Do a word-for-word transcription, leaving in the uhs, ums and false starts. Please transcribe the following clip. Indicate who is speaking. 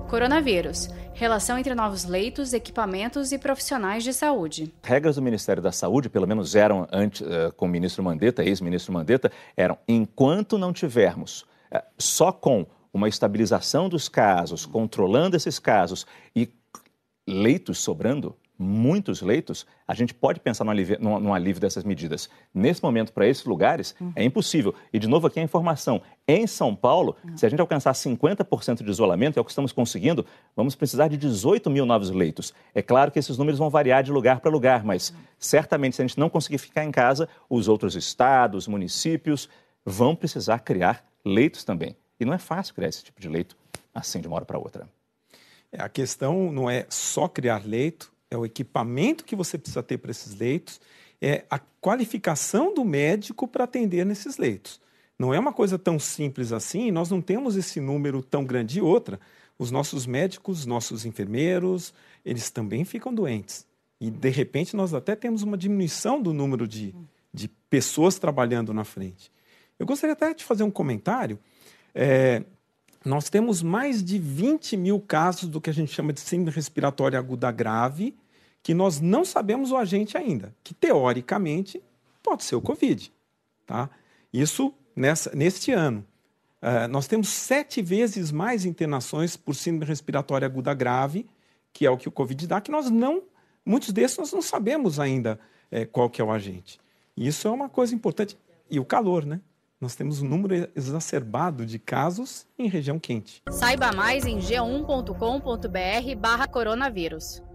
Speaker 1: Coronavírus. Relação entre novos leitos, equipamentos e profissionais de saúde.
Speaker 2: Regras do Ministério da Saúde, pelo menos eram antes, uh, com o ministro Mandetta, ex-ministro Mandetta, eram enquanto não tivermos uh, só com uma estabilização dos casos, controlando esses casos e leitos sobrando, muitos leitos, a gente pode pensar no alívio, no, no alívio dessas medidas. Nesse momento, para esses lugares, uhum. é impossível. E, de novo, aqui a informação. Em São Paulo, uhum. se a gente alcançar cinquenta por cento de isolamento, é o que estamos conseguindo, vamos precisar de dezoito mil novos leitos. É claro que esses números vão variar de lugar para lugar, mas uhum. certamente, se a gente não conseguir ficar em casa, os outros estados, municípios, vão precisar criar leitos também. E não é fácil criar esse tipo de leito assim de uma hora para outra.
Speaker 3: É, a questão não é só criar leito, é o equipamento que você precisa ter para esses leitos, é a qualificação do médico para atender nesses leitos. Não é uma coisa tão simples assim, nós não temos esse número tão grande. E outra, os nossos médicos, nossos enfermeiros, eles também ficam doentes. E, de repente, nós até temos uma diminuição do número de, de pessoas trabalhando na frente. Eu gostaria até de fazer um comentário. É, Nós temos mais de vinte mil casos do que a gente chama de síndrome respiratória aguda grave, que nós não sabemos o agente ainda, que teoricamente pode ser o Covid. Tá? Isso nessa, neste ano. Uh, nós temos sete vezes mais internações por síndrome respiratória aguda grave, que é o que o Covid dá, que nós não, muitos desses nós não sabemos ainda é, qual que é o agente. E isso é uma coisa importante. E o calor, né? Nós temos um número exacerbado de casos em região quente.
Speaker 1: Saiba mais em g um ponto com ponto br barra coronavírus.